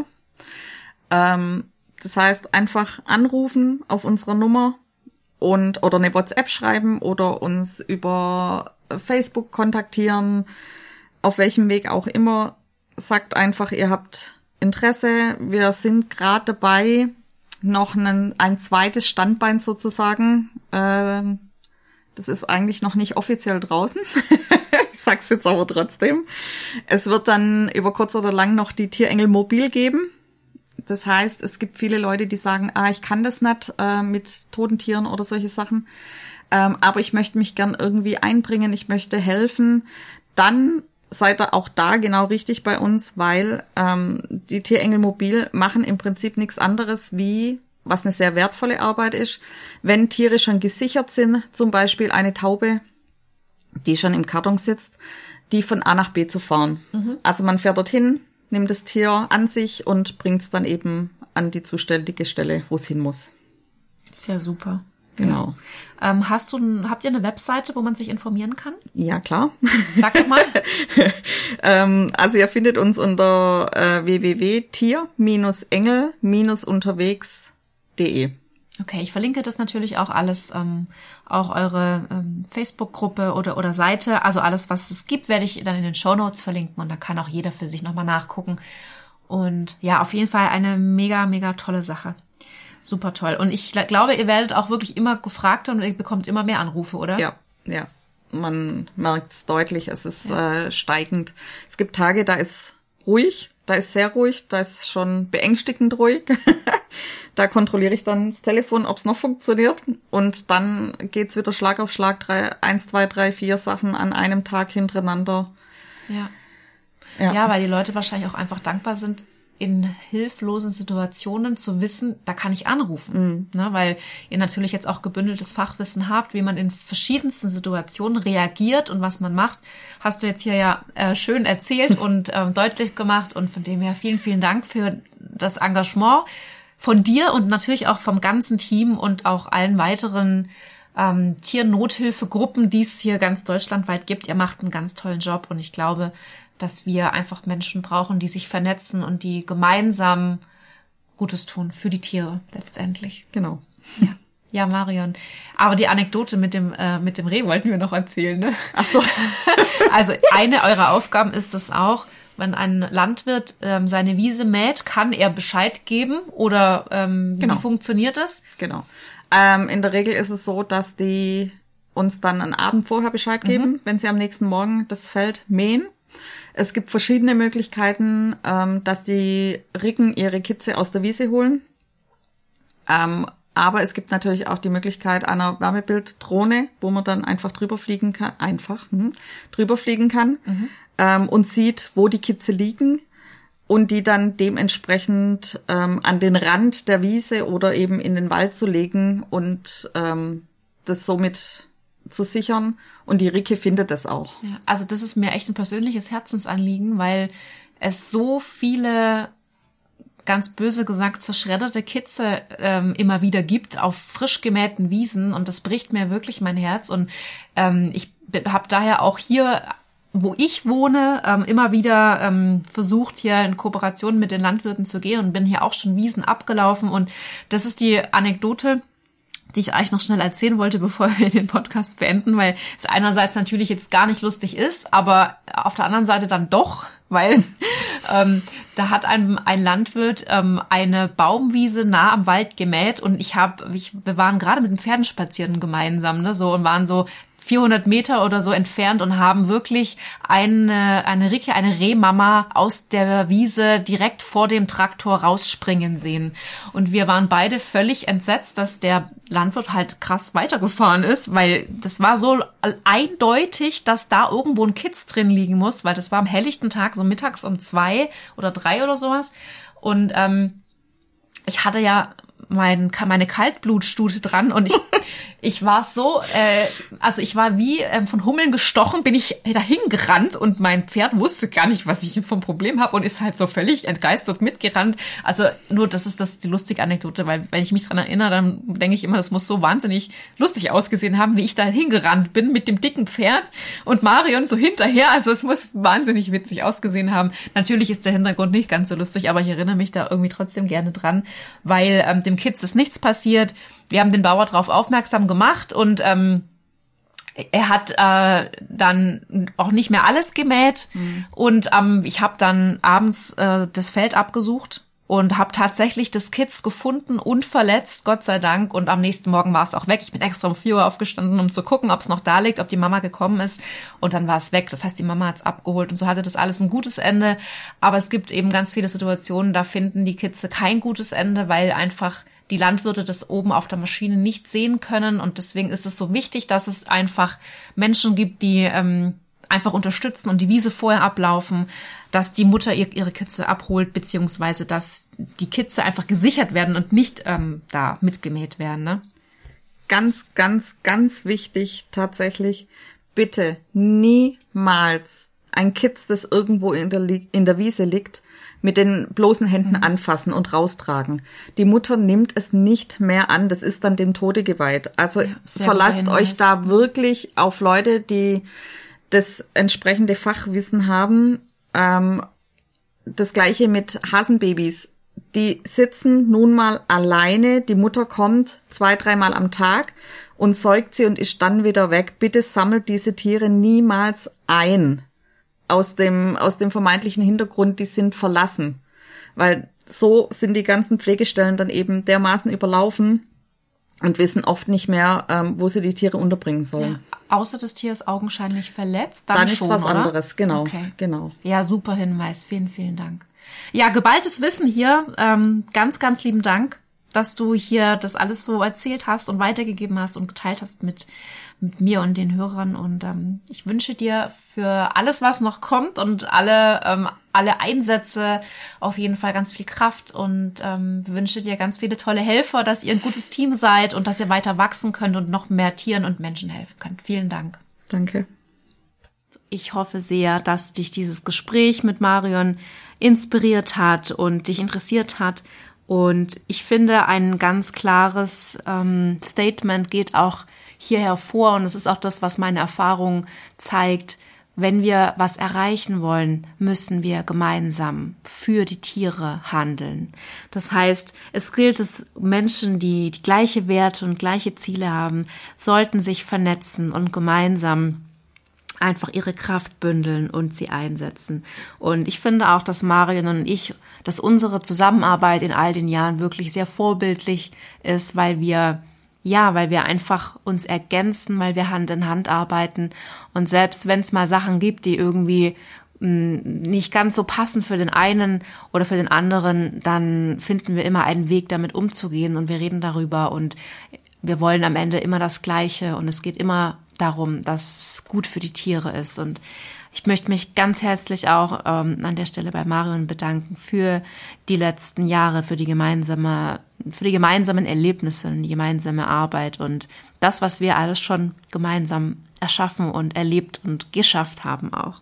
[SPEAKER 2] Ähm, das heißt, einfach anrufen auf unserer Nummer und oder eine WhatsApp schreiben oder uns über Facebook kontaktieren, auf welchem Weg auch immer. Sagt einfach, ihr habt Interesse. Wir sind gerade dabei, noch einen, ein zweites Standbein sozusagen. Ähm, das ist eigentlich noch nicht offiziell draußen. Ich sag's jetzt aber trotzdem. Es wird dann über kurz oder lang noch die Tierengel Mobil geben. Das heißt, es gibt viele Leute, die sagen, ah, ich kann das nicht äh, mit toten Tieren oder solche Sachen, ähm, aber ich möchte mich gern irgendwie einbringen, ich möchte helfen. Dann seid ihr auch da genau richtig bei uns, weil ähm, die Tierengel Mobil machen im Prinzip nichts anderes wie, was eine sehr wertvolle Arbeit ist, wenn Tiere schon gesichert sind, zum Beispiel eine Taube, die schon im Karton sitzt, die von A nach B zu fahren. Mhm. Also man fährt dorthin, nimmt das Tier an sich und bringt es dann eben an die zuständige Stelle, wo es hin muss.
[SPEAKER 1] Sehr super.
[SPEAKER 2] Genau.
[SPEAKER 1] Ja. Ähm, hast du, habt ihr eine Webseite, wo man sich informieren kann?
[SPEAKER 2] Ja, klar.
[SPEAKER 1] Sag doch mal.
[SPEAKER 2] ähm, also ihr findet uns unter äh, w w w punkt tier engel unterwegs punkt de.
[SPEAKER 1] Okay, ich verlinke das natürlich auch alles, ähm, auch eure ähm, Facebook-Gruppe oder oder Seite, also alles, was es gibt, werde ich dann in den Shownotes verlinken und da kann auch jeder für sich nochmal nachgucken. Und ja, auf jeden Fall eine mega, mega tolle Sache. Super toll. Und ich glaube, ihr werdet auch wirklich immer gefragt und ihr bekommt immer mehr Anrufe, oder?
[SPEAKER 2] Ja, ja. Man merkt es deutlich, es ist ja. äh, steigend. Es gibt Tage, da ist ruhig. Da ist sehr ruhig, da ist schon beängstigend ruhig. Da kontrolliere ich dann das Telefon, ob es noch funktioniert. Und dann geht's wieder Schlag auf Schlag, drei, eins, zwei, drei, vier Sachen an einem Tag hintereinander.
[SPEAKER 1] Ja. Ja, ja, weil die Leute wahrscheinlich auch einfach dankbar sind, in hilflosen Situationen zu wissen, da kann ich anrufen. Mhm. Ne, weil ihr natürlich jetzt auch gebündeltes Fachwissen habt, wie man in verschiedensten Situationen reagiert und was man macht. Hast du jetzt hier ja äh, schön erzählt und ähm, deutlich gemacht. Und von dem her vielen, vielen Dank für das Engagement. von dir und natürlich auch vom ganzen Team und auch allen weiteren ähm, Tiernothilfegruppen, die es hier ganz deutschlandweit gibt. Ihr macht einen ganz tollen Job und ich glaube, dass wir einfach Menschen brauchen, die sich vernetzen und die gemeinsam Gutes tun für die Tiere letztendlich.
[SPEAKER 2] Genau.
[SPEAKER 1] Ja, ja, Marion. Aber die Anekdote mit dem äh, mit dem Reh wollten wir noch erzählen, ne?
[SPEAKER 2] Ach so.
[SPEAKER 1] Also eine eurer Aufgaben ist es auch, wenn ein Landwirt ähm, seine Wiese mäht, kann er Bescheid geben oder ähm,
[SPEAKER 2] Genau.
[SPEAKER 1] Wie funktioniert das?
[SPEAKER 2] Genau. Ähm, in der Regel ist es so, dass die uns dann einen Abend vorher Bescheid geben, mhm. wenn sie am nächsten Morgen das Feld mähen. Es gibt verschiedene Möglichkeiten, ähm, dass die Ricken ihre Kitze aus der Wiese holen. Ähm, aber es gibt natürlich auch die Möglichkeit einer Wärmebilddrohne, wo man dann einfach drüber fliegen kann, einfach hm, drüber fliegen kann mhm. ähm, und sieht, wo die Kitze liegen und die dann dementsprechend ähm, an den Rand der Wiese oder eben in den Wald zu legen und ähm, das somit zu sichern. Und die Ricke findet das auch.
[SPEAKER 1] Ja, also das ist mir echt ein persönliches Herzensanliegen, weil es so viele, ganz böse gesagt, zerschredderte Kitze ähm, immer wieder gibt auf frisch gemähten Wiesen. Und das bricht mir wirklich mein Herz. Und ähm, ich habe daher auch hier, wo ich wohne, ähm, immer wieder ähm, versucht, hier in Kooperation mit den Landwirten zu gehen und bin hier auch schon Wiesen abgelaufen. Und das ist die Anekdote, die ich eigentlich noch schnell erzählen wollte, bevor wir den Podcast beenden, weil es einerseits natürlich jetzt gar nicht lustig ist, aber auf der anderen Seite dann doch, weil ähm, da hat ein, ein Landwirt ähm, eine Baumwiese nah am Wald gemäht und ich habe, ich, wir waren gerade mit den Pferden spazieren gemeinsam, ne, so und waren so vierhundert Meter oder so entfernt und haben wirklich eine, eine Ricke, eine Rehmama aus der Wiese direkt vor dem Traktor rausspringen sehen. Und wir waren beide völlig entsetzt, dass der Landwirt halt krass weitergefahren ist, weil das war so eindeutig, dass da irgendwo ein Kitz drin liegen muss, weil das war am helllichten Tag, so mittags um zwei oder drei oder sowas. Und ähm, ich hatte ja mein, meine Kaltblutstute dran und ich, ich war so, äh, also ich war wie ähm, von Hummeln gestochen, bin ich dahin gerannt und mein Pferd wusste gar nicht, was ich vom Problem habe und ist halt so völlig entgeistert mitgerannt. Also nur, das ist das die lustige Anekdote, weil wenn ich mich dran erinnere, dann denke ich immer, das muss so wahnsinnig lustig ausgesehen haben, wie ich da hingerannt bin mit dem dicken Pferd und Marion so hinterher. Also es muss wahnsinnig witzig ausgesehen haben. Natürlich ist der Hintergrund nicht ganz so lustig, aber ich erinnere mich da irgendwie trotzdem gerne dran, weil ähm, dem Kitz ist nichts passiert. Wir haben den Bauer darauf aufmerksam gemacht und ähm, er hat äh, dann auch nicht mehr alles gemäht mhm. und ähm, ich habe dann abends äh, das Feld abgesucht und habe tatsächlich das Kitz gefunden, unverletzt, Gott sei Dank. Und am nächsten Morgen war es auch weg. Ich bin extra um vier Uhr aufgestanden, um zu gucken, ob es noch da liegt, ob die Mama gekommen ist. Und dann war es weg. Das heißt, die Mama hat es abgeholt. Und so hatte das alles ein gutes Ende. Aber es gibt eben ganz viele Situationen, da finden die Kitze kein gutes Ende, weil einfach die Landwirte das oben auf der Maschine nicht sehen können. Und deswegen ist es so wichtig, dass es einfach Menschen gibt, die ähm, einfach unterstützen und die Wiese vorher ablaufen, dass die Mutter ihre Kitze abholt, beziehungsweise dass die Kitze einfach gesichert werden und nicht ähm, da mitgemäht werden. Ne?
[SPEAKER 2] Ganz, ganz, ganz wichtig tatsächlich, bitte niemals ein Kitz, das irgendwo in der, in der Wiese liegt, mit den bloßen Händen mhm. anfassen und raustragen. Die Mutter nimmt es nicht mehr an, das ist dann dem Tode geweiht. Also ja, verlasst euch da wirklich auf Leute, die das entsprechende Fachwissen haben. Ähm, das Gleiche mit Hasenbabys. Die sitzen nun mal alleine. Die Mutter kommt zwei, dreimal am Tag und säugt sie und ist dann wieder weg. Bitte sammelt diese Tiere niemals ein. Aus dem, aus dem vermeintlichen Hintergrund, die sind verlassen. Weil so sind die ganzen Pflegestellen dann eben dermaßen überlaufen und wissen oft nicht mehr, ähm, wo sie die Tiere unterbringen sollen.
[SPEAKER 1] Ja, außer das Tier ist augenscheinlich verletzt, dann,
[SPEAKER 2] dann
[SPEAKER 1] schon,
[SPEAKER 2] ist was
[SPEAKER 1] oder?
[SPEAKER 2] anderes, genau,
[SPEAKER 1] okay.
[SPEAKER 2] genau.
[SPEAKER 1] Ja, super Hinweis, vielen, vielen Dank. Ja, geballtes Wissen hier, ähm, ganz, ganz lieben Dank, dass du hier das alles so erzählt hast und weitergegeben hast und geteilt hast mit mit mir und den Hörern und ähm, ich wünsche dir für alles, was noch kommt und alle ähm, alle Einsätze auf jeden Fall ganz viel Kraft und ähm, wünsche dir ganz viele tolle Helfer, dass ihr ein gutes Team seid und dass ihr weiter wachsen könnt und noch mehr Tieren und Menschen helfen könnt. Vielen Dank.
[SPEAKER 2] Danke.
[SPEAKER 1] Ich hoffe sehr, dass dich dieses Gespräch mit Marion inspiriert hat und dich interessiert hat. Und ich finde, ein ganz klares ähm, Statement geht auch hier hervor. Und es ist auch das, was meine Erfahrung zeigt. Wenn wir was erreichen wollen, müssen wir gemeinsam für die Tiere handeln. Das heißt, es gilt, dass Menschen, die die gleiche Werte und gleiche Ziele haben, sollten sich vernetzen und gemeinsam einfach ihre Kraft bündeln und sie einsetzen. Und ich finde auch, dass Marion und ich, dass unsere Zusammenarbeit in all den Jahren wirklich sehr vorbildlich ist, weil wir, ja, weil wir einfach uns ergänzen, weil wir Hand in Hand arbeiten. Und selbst wenn es mal Sachen gibt, die irgendwie mh, nicht ganz so passen für den einen oder für den anderen, dann finden wir immer einen Weg, damit umzugehen und wir reden darüber und wir wollen am Ende immer das Gleiche und es geht immer darum, dass es gut für die Tiere ist. Und ich möchte mich ganz herzlich auch ähm, an der Stelle bei Marion bedanken für die letzten Jahre, für die gemeinsame, für die gemeinsamen Erlebnisse, die gemeinsame Arbeit und das, was wir alles schon gemeinsam erschaffen und erlebt und geschafft haben auch.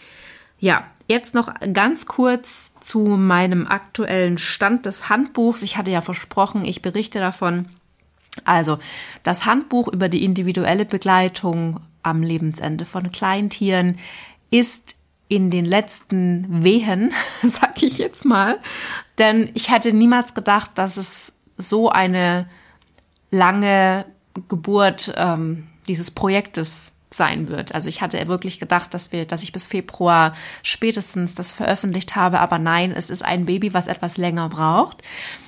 [SPEAKER 1] Ja, jetzt noch ganz kurz zu meinem aktuellen Stand des Handbuchs. Ich hatte ja versprochen, ich berichte davon. Also, das Handbuch über die individuelle Begleitung am Lebensende von Kleintieren ist in den letzten Wehen, sag ich jetzt mal, denn ich hätte niemals gedacht, dass es so eine lange Geburt ähm, dieses Projektes sein wird. Also ich hatte wirklich gedacht, dass wir, dass ich bis Februar spätestens das veröffentlicht habe, aber nein, es ist ein Baby, was etwas länger braucht.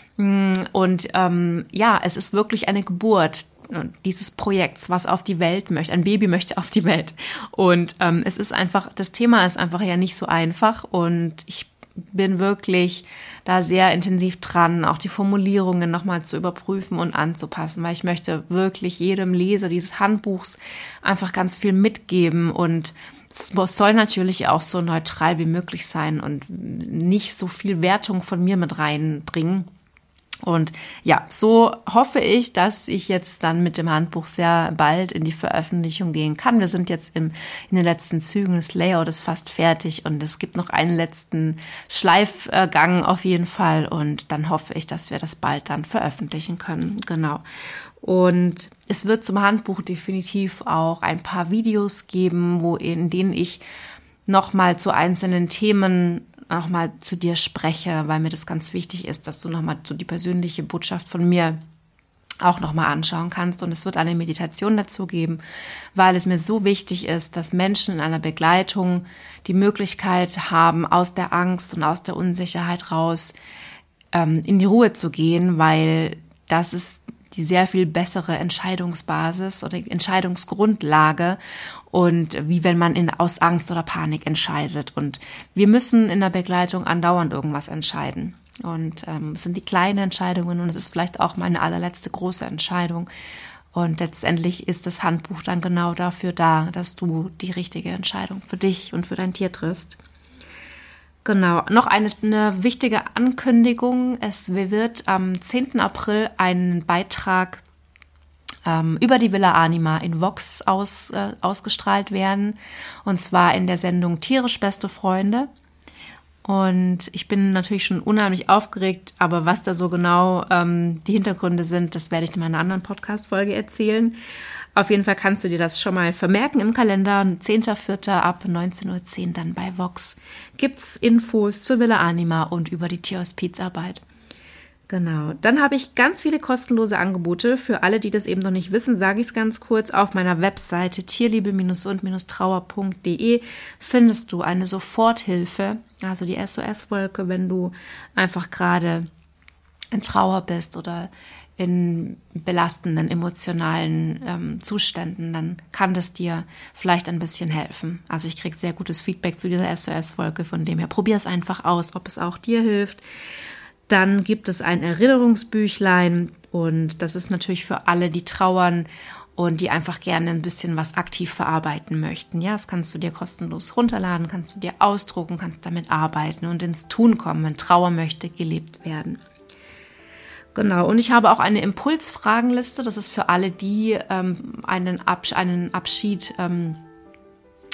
[SPEAKER 1] Und ähm, ja, es ist wirklich eine Geburt dieses Projekts, was auf die Welt möchte. Ein Baby möchte auf die Welt. Und ähm, es ist einfach, das Thema ist einfach ja nicht so einfach. Und ich bin wirklich da sehr intensiv dran, auch die Formulierungen nochmal zu überprüfen und anzupassen, weil ich möchte wirklich jedem Leser dieses Handbuchs einfach ganz viel mitgeben. Und es soll natürlich auch so neutral wie möglich sein und nicht so viel Wertung von mir mit reinbringen. Und ja, so hoffe ich, dass ich jetzt dann mit dem Handbuch sehr bald in die Veröffentlichung gehen kann. Wir sind jetzt im, in den letzten Zügen, das Layout ist fast fertig und es gibt noch einen letzten Schleifgang auf jeden Fall. Und dann hoffe ich, dass wir das bald dann veröffentlichen können. Genau. Und es wird zum Handbuch definitiv auch ein paar Videos geben, wo in denen ich nochmal zu einzelnen Themen nochmal zu dir spreche, weil mir das ganz wichtig ist, dass du nochmal so die persönliche Botschaft von mir auch nochmal anschauen kannst. Und es wird eine Meditation dazu geben, weil es mir so wichtig ist, dass Menschen in einer Begleitung die Möglichkeit haben, aus der Angst und aus der Unsicherheit raus ähm, in die Ruhe zu gehen, weil das ist die sehr viel bessere Entscheidungsbasis oder Entscheidungsgrundlage und wie wenn man in, aus Angst oder Panik entscheidet. Und wir müssen in der Begleitung andauernd irgendwas entscheiden. Und ähm, es sind die kleinen Entscheidungen und es ist vielleicht auch meine allerletzte große Entscheidung. Und letztendlich ist das Handbuch dann genau dafür da, dass du die richtige Entscheidung für dich und für dein Tier triffst. Genau, noch eine, eine wichtige Ankündigung. Es wird am zehnten April einen Beitrag ähm, über die Villa Anima in Vox aus, äh, ausgestrahlt werden. Und zwar in der Sendung Tierisch beste Freunde. Und ich bin natürlich schon unheimlich aufgeregt, aber was da so genau ähm, die Hintergründe sind, das werde ich in meiner anderen Podcast-Folge erzählen. Auf jeden Fall kannst du dir das schon mal vermerken im Kalender. zehnter vierter ab neunzehn Uhr zehn dann bei Vox gibt's Infos zur Villa Anima und über die Tierhospizarbeit. Genau. Dann habe ich ganz viele kostenlose Angebote. Für alle, die das eben noch nicht wissen, sage ich es ganz kurz. Auf meiner Webseite tierliebe und trauer punkt de findest du eine Soforthilfe, also die S O S-Wolke, wenn du einfach gerade in Trauer bist oder in belastenden emotionalen ähm, Zuständen, dann kann das dir vielleicht ein bisschen helfen. Also ich kriege sehr gutes Feedback zu dieser S O S-Wolke, von dem her probier es einfach aus, ob es auch dir hilft. Dann gibt es ein Erinnerungsbüchlein und das ist natürlich für alle, die trauern und die einfach gerne ein bisschen was aktiv verarbeiten möchten. Ja, das kannst du dir kostenlos runterladen, kannst du dir ausdrucken, kannst damit arbeiten und ins Tun kommen, wenn Trauer möchte gelebt werden. Genau, und ich habe auch eine Impulsfragenliste. Das ist für alle, die ähm, einen, Abs- einen Abschied ähm,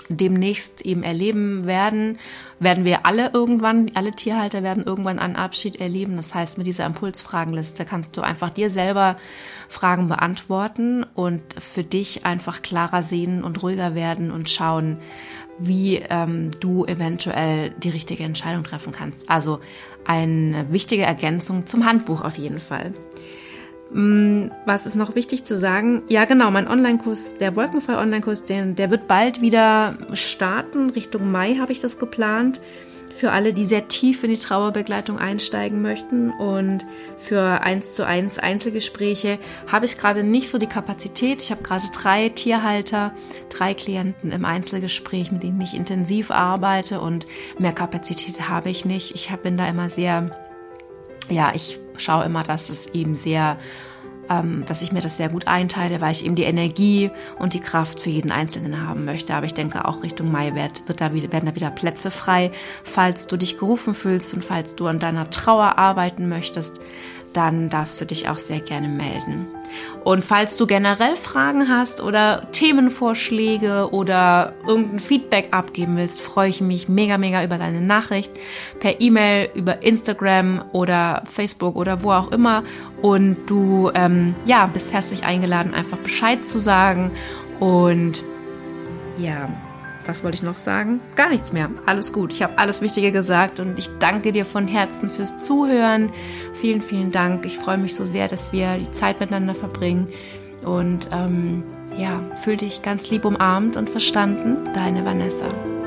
[SPEAKER 1] demnächst eben erleben werden, werden wir alle irgendwann, alle Tierhalter werden irgendwann einen Abschied erleben. Das heißt, mit dieser Impulsfragenliste kannst du einfach dir selber Fragen beantworten und für dich einfach klarer sehen und ruhiger werden und schauen, wie ähm, du eventuell die richtige Entscheidung treffen kannst. Also eine wichtige Ergänzung zum Handbuch auf jeden Fall. Was ist noch wichtig zu sagen? Ja, genau, mein Online-Kurs, der Wolkenfrei-Online-Kurs, den, der wird bald wieder starten. Richtung Mai habe ich das geplant. Für alle, die sehr tief in die Trauerbegleitung einsteigen möchten. Und für eins zu eins Einzelgespräche habe ich gerade nicht so die Kapazität. Ich habe gerade drei Tierhalter, drei Klienten im Einzelgespräch, mit denen ich intensiv arbeite. Und mehr Kapazität habe ich nicht. Ich bin da immer sehr... Ja, ich schaue immer, dass es eben sehr, ähm, dass ich mir das sehr gut einteile, weil ich eben die Energie und die Kraft für jeden Einzelnen haben möchte. Aber ich denke, auch Richtung Mai wird, wird da wieder, werden da wieder Plätze frei. Falls du dich gerufen fühlst und falls du an deiner Trauer arbeiten möchtest, dann darfst du dich auch sehr gerne melden. Und falls du generell Fragen hast oder Themenvorschläge oder irgendein Feedback abgeben willst, freue ich mich mega, mega über deine Nachricht per E-Mail, über Instagram oder Facebook oder wo auch immer. Und du ähm, ja, bist herzlich eingeladen, einfach Bescheid zu sagen. Und ja, was wollte ich noch sagen? Gar nichts mehr. Alles gut. Ich habe alles Wichtige gesagt und ich danke dir von Herzen fürs Zuhören. Vielen, vielen Dank. Ich freue mich so sehr, dass wir die Zeit miteinander verbringen. Und ähm, ja, fühl dich ganz lieb umarmt und verstanden. Deine Vanessa.